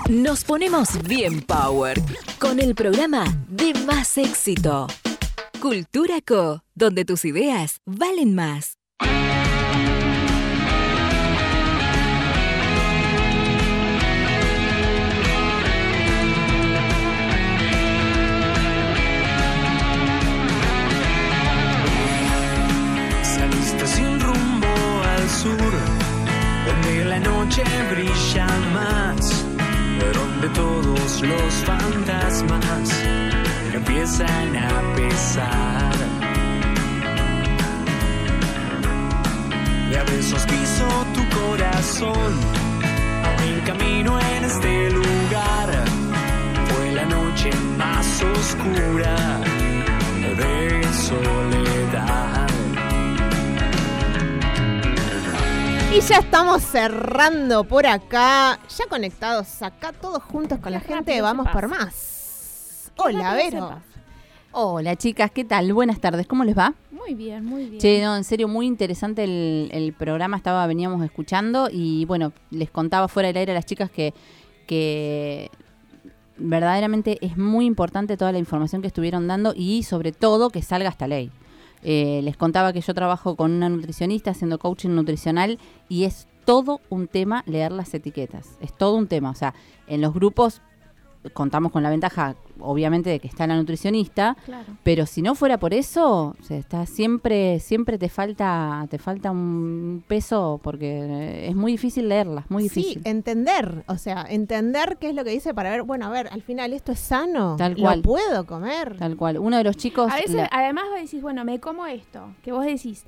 Nos ponemos bien power con el programa de más éxito. Cultura Co, donde tus ideas valen más. Saliste sin rumbo al sur, donde la noche brilla más, donde todos los fantasmas empiezan a pesar. Y a besos quiso tu corazón, mi camino en este lugar fue la noche más oscura de soledad. Y ya estamos cerrando por acá, ya conectados acá todos juntos con la gente de Vamos por Más. Hola, Vero. Hola, chicas, ¿qué tal? Buenas tardes, ¿cómo les va? Muy bien, muy bien. Che, no, en serio, muy interesante el programa, veníamos escuchando y bueno, les contaba fuera del aire a las chicas que verdaderamente es muy importante toda la información que estuvieron dando y sobre todo que salga esta ley. Les contaba que yo trabajo con una nutricionista haciendo coaching nutricional y es todo un tema leer las etiquetas, es todo un tema, o sea, en los grupos contamos con la ventaja, obviamente, de que está la nutricionista, Claro. pero si no fuera por eso, o sea, está siempre te falta un peso porque es muy difícil leerlas, muy difícil. Sí, entender qué es lo que dice para ver, bueno, a ver, al final esto es sano, Tal cual. ¿lo puedo comer? Tal cual. Uno de los chicos... A veces, además vos decís, bueno, me como esto, que vos decís,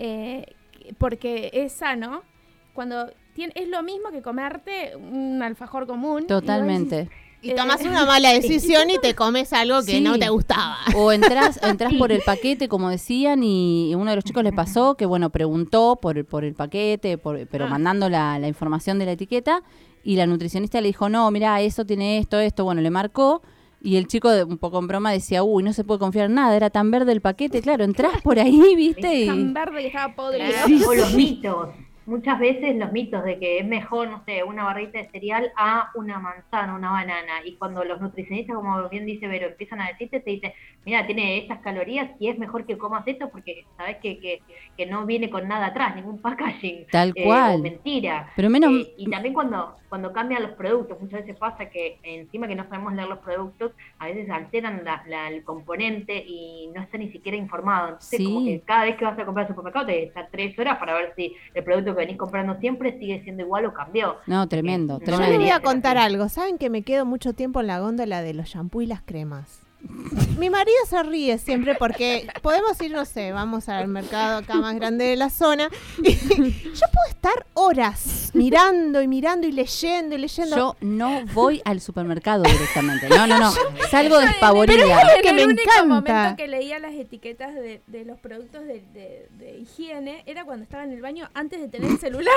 porque es sano, cuando es lo mismo que comerte un alfajor común. Totalmente. Y tomas una mala decisión y te comes algo que Sí. no te gustaba. O entras por el paquete, como decían, y uno de los chicos le pasó que, bueno, preguntó por el paquete, pero mandando la información de la etiqueta, y la nutricionista le dijo, no, mira, eso tiene esto, bueno, le marcó, y el chico, un poco en broma, decía, uy, no se puede confiar en nada, era tan verde el paquete, claro, entrás por ahí, ¿viste? Tan Y verde que estaba podrido. Claro, o los mitos. Muchas veces los mitos de que es mejor, no sé, una barrita de cereal a una manzana, una banana. Y cuando los nutricionistas, como bien dice Vero, empiezan a decirte, te dicen, mira, tiene estas calorías y es mejor que comas esto porque sabes que no viene con nada atrás, ningún packaging. Tal cual. O mentira. Pero menos... Y también cuando cambian los productos, muchas veces pasa que encima que no sabemos leer los productos, a veces alteran el componente y no está ni siquiera informado. Entonces, Sí. como que cada vez que vas a comprar al supermercado te estar 3 horas para ver si el producto que venís comprando siempre sigue siendo igual o cambió. No, tremendo, No Yo tremendo. les voy debería a ser contar así. algo. ¿Saben que me quedo mucho tiempo en la góndola de los shampoos y las cremas? Mi marido se ríe siempre porque podemos ir, no sé, vamos al mercado acá más grande de la zona y yo puedo estar horas mirando y leyendo. Yo no voy al supermercado directamente. No. Salgo despavorida. que el me único encanta. momento que leía las etiquetas de los productos de higiene era cuando estaba en el baño antes de tener el celular.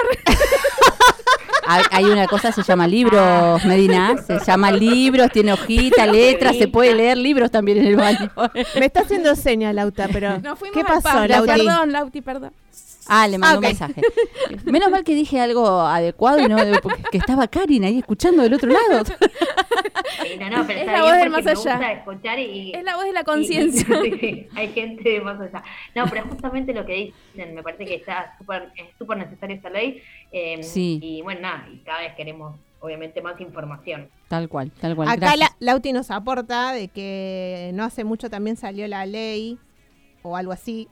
Hay una cosa, se llama libros, Medina. Se llama libros, tiene hojita, letras, se puede leer libros también en el baño. Me está haciendo señas, Lauta, pero Nos fuimos ¿qué al pasó, pablo. Lauti? Perdón, Lauti, perdón. Ah, le mandó ok. un mensaje. Menos mal que dije algo adecuado y no porque que estaba Karin ahí escuchando del otro lado. Sí, no, pero Es está la bien voz del porque más me allá. gusta escuchar y... Es la voz de la conciencia. Sí, hay gente de más allá. No, pero justamente lo que dicen, me parece que es súper necesaria esta ley. Sí. Y bueno, nada, y cada vez queremos, obviamente, más información. Tal cual. Acá Gracias. Lauti nos aporta de que no hace mucho también salió la ley o algo así,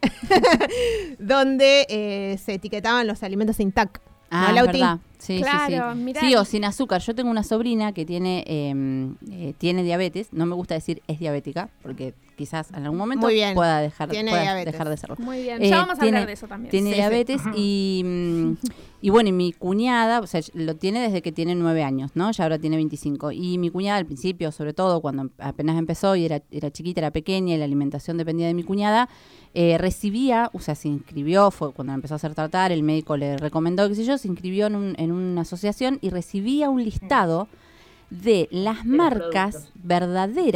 donde se etiquetaban los alimentos sin TAC. Ah, ¿No, es Lauti? verdad. Sí, Claro, sí. mirá. Sí, o sin azúcar. Yo tengo una sobrina que tiene diabetes. No me gusta decir es diabética, porque quizás en algún momento Muy bien. pueda dejar Tiene pueda diabetes. dejar de serlo. Muy bien. Ya vamos a hablar de eso también. Tiene Sí, diabetes sí. y bueno, y mi cuñada, o sea, lo tiene desde que tiene 9 años, ¿no? Ya ahora tiene 25. Y mi cuñada al principio, sobre todo cuando apenas empezó y era chiquita, era pequeña y la alimentación dependía de mi cuñada, recibía, o sea, se inscribió, fue cuando empezó a hacer tratar, el médico le recomendó, qué sé yo, se inscribió en una asociación y recibía un listado de las marcas productos. verdaderas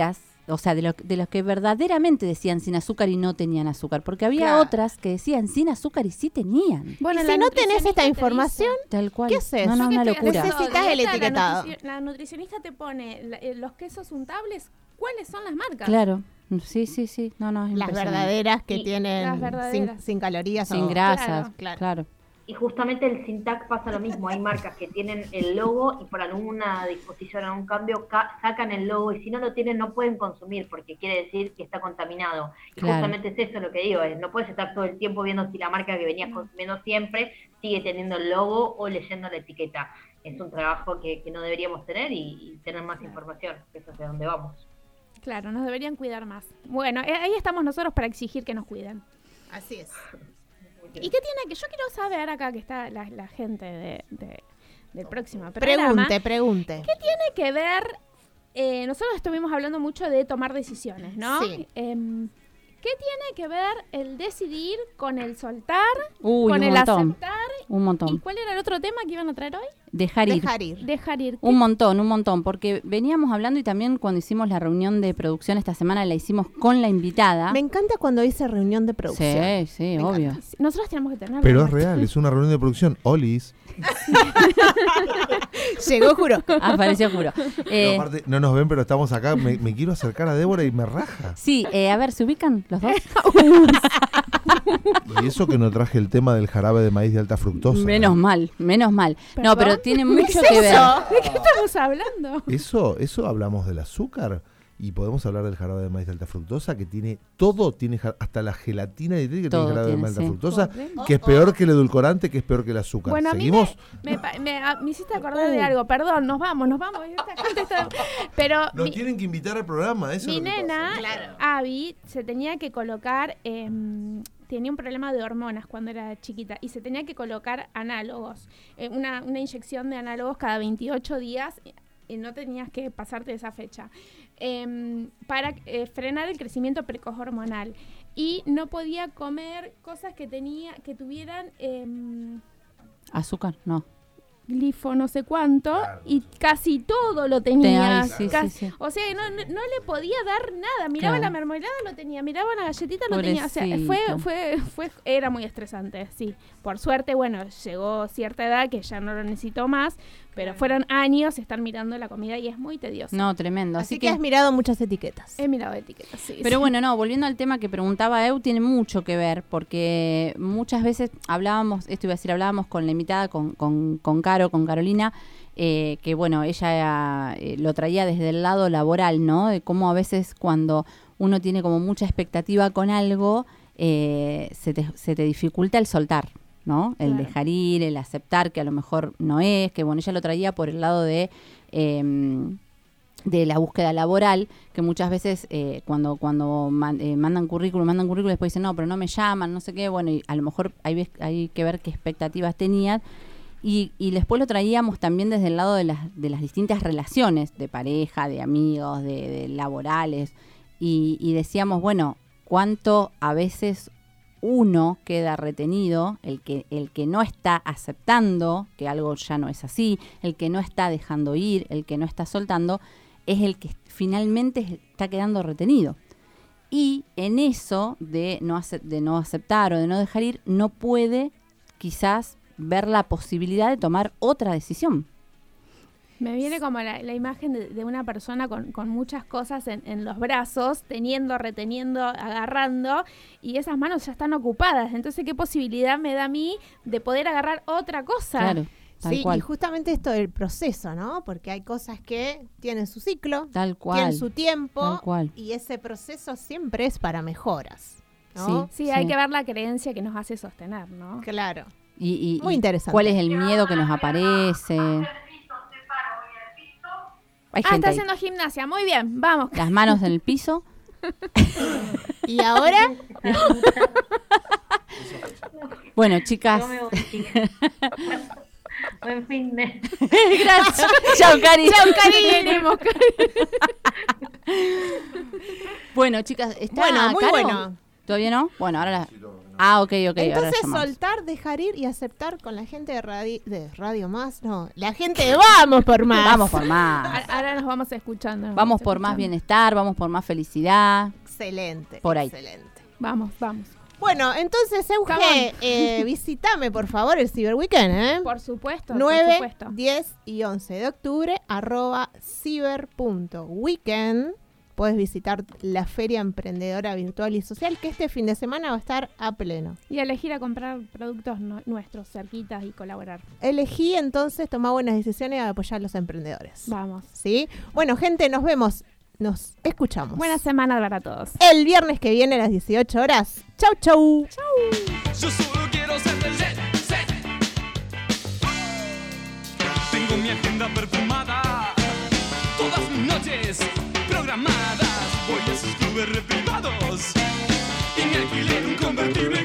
o sea, de los que verdaderamente decían sin azúcar y no tenían azúcar, porque había Claro. otras que decían sin azúcar y sí tenían. Bueno, Y la si no tenés nutricionista esta te información, Tal cual. ¿qué haces? No, Yo que una estoy locura. haciendo Necesitas el dieta, etiquetado. La nutricionista te pone los quesos untables, ¿cuáles son las marcas? Claro. Sí. No, es Las impresionante. verdaderas que Y tienen las verdaderas. sin calorías. Sin o- grasas, Claro. claro. Y justamente el Sintac pasa lo mismo, hay marcas que tienen el logo y por alguna disposición o un cambio sacan el logo y si no lo tienen no pueden consumir porque quiere decir que está contaminado. Y Claro. justamente es eso lo que digo, no puedes estar todo el tiempo viendo si la marca que venías consumiendo siempre sigue teniendo el logo o leyendo la etiqueta. Es un trabajo que no deberíamos tener y tener más información, que es hacia dónde vamos. Claro, nos deberían cuidar más. Bueno, ahí estamos nosotros para exigir que nos cuiden. Así es. ¿Y qué tiene que? Yo quiero saber acá que está la gente del próximo programa. Pregunte. ¿Qué tiene que ver? Nosotros estuvimos hablando mucho de tomar decisiones, ¿no? Sí. ¿Qué tiene que ver el decidir con el soltar, Uy, con un el montón. aceptar? Un ¿Y montón. cuál era el otro tema que iban a traer hoy? Dejar ir. Dejar ir. Dejar ir. Un montón, porque veníamos hablando y también cuando hicimos la reunión de producción esta semana la hicimos con la invitada. Me encanta cuando dice reunión de producción. Sí, Me obvio. Nosotros tenemos que tenerlo. Pero es real, es una reunión de producción. Olis. Llegó, juro. Apareció, juro. No, aparte, no nos ven, pero estamos acá. Me quiero acercar a Débora y me raja. Sí, a ver, ¿se ubican los dos? Y eso que no traje el tema del jarabe de maíz de alta fructosa. Menos mal. No, pero tiene mucho ¿Qué que es ver. eso? ¿De qué estamos hablando? Eso hablamos del azúcar. Y podemos hablar del jarabe de maíz de alta fructosa, que tiene todo, hasta la gelatina dietética Todo tiene jarabe de tiene, maíz de sí. alta fructosa, Correcto. que es peor que el edulcorante, que es peor que el azúcar. Bueno, a mí ¿Seguimos? me hiciste acordar de algo. Perdón, nos vamos. Esta gente está... Pero Nos tienen que invitar al programa, eso mi es lo que nena, pasa. Abby, se tenía que colocar... tenía un problema de hormonas cuando era chiquita y se tenía que colocar análogos, una inyección de análogos cada 28 días y no tenías que pasarte esa fecha, para frenar el crecimiento precoz hormonal. Y no podía comer cosas que tuvieran Azúcar, no. glifo no sé cuánto, y casi todo lo tenía. Ay, sí, casi- sí. O sea, no le podía dar nada. Miraba Claro. la mermelada, lo tenía. Miraba la galletita, lo tenía. O sea, era muy estresante, sí. Por suerte, bueno, llegó cierta edad que ya no lo necesitó más, pero fueron años estar mirando la comida y es muy tedioso. No, tremendo. Así que has mirado muchas etiquetas. He mirado etiquetas, sí. Pero sí. bueno, no, volviendo al tema que preguntaba Eu, tiene mucho que ver, porque muchas veces hablábamos con la invitada, con Carolina, que bueno, ella lo traía desde el lado laboral, ¿no? De cómo a veces cuando uno tiene como mucha expectativa con algo, se te dificulta el soltar, ¿no? El Claro. dejar ir, el aceptar que a lo mejor no es, que bueno, ella lo traía por el lado de la búsqueda laboral, que muchas veces cuando mandan currículum, después dicen, no, pero no me llaman, no sé qué, bueno, y a lo mejor hay que ver qué expectativas tenían. Y después lo traíamos también desde el lado de las distintas relaciones, de pareja, de amigos, de laborales, y decíamos, bueno, cuánto a veces uno queda retenido, el que no está aceptando que algo ya no es así, el que no está dejando ir, el que no está soltando, es el que finalmente está quedando retenido. Y en eso de no aceptar o de no dejar ir, no puede quizás ver la posibilidad de tomar otra decisión. Me viene como la imagen de una persona con muchas cosas en los brazos, reteniendo, agarrando, y esas manos ya están ocupadas. Entonces, ¿qué posibilidad me da a mí de poder agarrar otra cosa? Claro, tal Sí, cual. y justamente esto del proceso, ¿no? Porque hay cosas que tienen su ciclo, Tal cual. tienen su tiempo, Tal cual. y ese proceso siempre es para mejoras, ¿no? Sí, hay que ver la creencia que nos hace sostener, ¿no? Claro. Y Muy interesante. ¿Cuál es el miedo que nos aparece? Hay gente Está ahí. haciendo gimnasia. Muy bien, vamos. Las manos en el piso. Y ahora, Bueno, chicas. Yo me voy, chicas. Buen fin de... Gracias. Chao, Cari. Chau, Cari, venimos, Cari. Bueno, chicas, está bueno, muy caro. bueno. ¿Todavía no? Bueno, ahora Ah, ok. Entonces ahora soltar, dejar ir y aceptar con la gente de Radio Más, no, la gente de Vamos por Más. Vamos por más. Ahora nos vamos escuchando. Vamos por más bienestar, vamos por más felicidad. Excelente. Por ahí. Excelente. Vamos. Bueno, entonces, Euge, visítame por favor el Cyber Weekend, ¿eh? Por supuesto. 9, por supuesto. 10 y 11 de octubre, @cyber.weekend. Puedes visitar la Feria Emprendedora Virtual y Social, que este fin de semana va a estar a pleno. Y elegir a comprar productos nuestros, cerquitas y colaborar. Elegí entonces, tomar buenas decisiones y apoyar a los emprendedores. Vamos. ¿Sí? Bueno, gente, nos vemos. Nos escuchamos. Buena semana para todos. El viernes que viene a las 18 horas. Chau, chau. Yo solo quiero ser del set. Tengo mi agenda perfumada, todas mis noches programadas. Voy a esos clubes privados y me alquilé un convertible.